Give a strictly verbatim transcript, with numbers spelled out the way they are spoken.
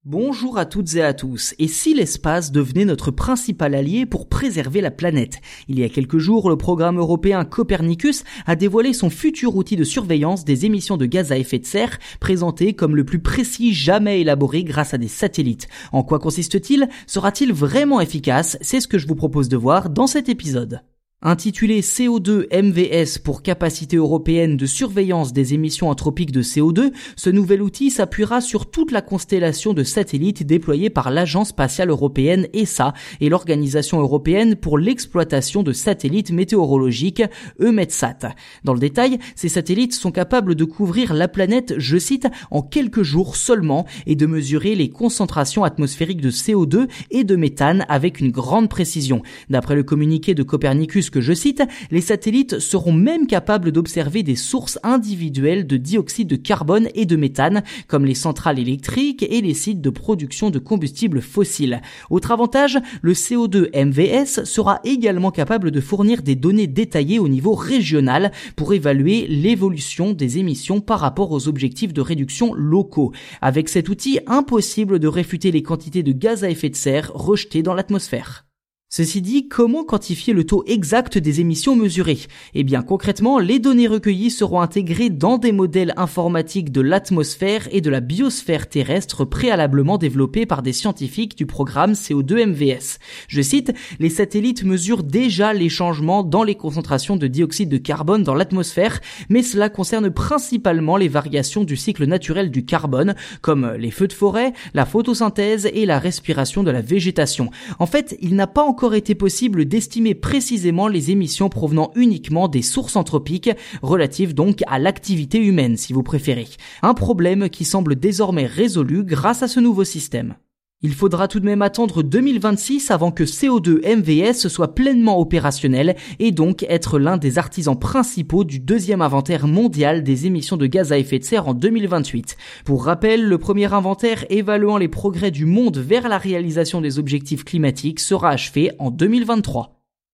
Bonjour à toutes et à tous. Et si l'espace devenait notre principal allié pour préserver la planète ? Il y a quelques jours, le programme européen Copernicus a dévoilé son futur outil de surveillance des émissions de gaz à effet de serre, présenté comme le plus précis jamais élaboré grâce à des satellites. En quoi consiste-t-il ? Sera-t-il vraiment efficace ? C'est ce que je vous propose de voir dans cet épisode. Intitulé C O deux M V S pour capacité européenne de surveillance des émissions anthropiques de C O deux, ce nouvel outil s'appuiera sur toute la constellation de satellites déployés par l'Agence spatiale européenne E S A et l'Organisation européenne pour l'exploitation de satellites météorologiques EUMETSAT. Dans le détail, ces satellites sont capables de couvrir la planète, je cite, en quelques jours seulement et de mesurer les concentrations atmosphériques de C O deux et de méthane avec une grande précision. D'après le communiqué de Copernicus que je cite, les satellites seront même capables d'observer des sources individuelles de dioxyde de carbone et de méthane, comme les centrales électriques et les sites de production de combustibles fossiles. Autre avantage, le C O deux M V S sera également capable de fournir des données détaillées au niveau régional pour évaluer l'évolution des émissions par rapport aux objectifs de réduction locaux. Avec cet outil, impossible de réfuter les quantités de gaz à effet de serre rejetées dans l'atmosphère. Ceci dit, comment quantifier le taux exact des émissions mesurées ? Eh bien, concrètement, les données recueillies seront intégrées dans des modèles informatiques de l'atmosphère et de la biosphère terrestre préalablement développés par des scientifiques du programme C O deux M V S. Je cite, « Les satellites mesurent déjà les changements dans les concentrations de dioxyde de carbone dans l'atmosphère, mais cela concerne principalement les variations du cycle naturel du carbone, comme les feux de forêt, la photosynthèse et la respiration de la végétation. En fait, il n'a pas encore été possible d'estimer précisément les émissions provenant uniquement des sources anthropiques, relatives donc à l'activité humaine si vous préférez. Un problème qui semble désormais résolu grâce à ce nouveau système. Il faudra tout de même attendre deux mille vingt-six avant que C O deux M V S soit pleinement opérationnel et donc être l'un des artisans principaux du deuxième inventaire mondial des émissions de gaz à effet de serre en deux mille vingt-huit. Pour rappel, le premier inventaire évaluant les progrès du monde vers la réalisation des objectifs climatiques sera achevé en deux mille vingt-trois.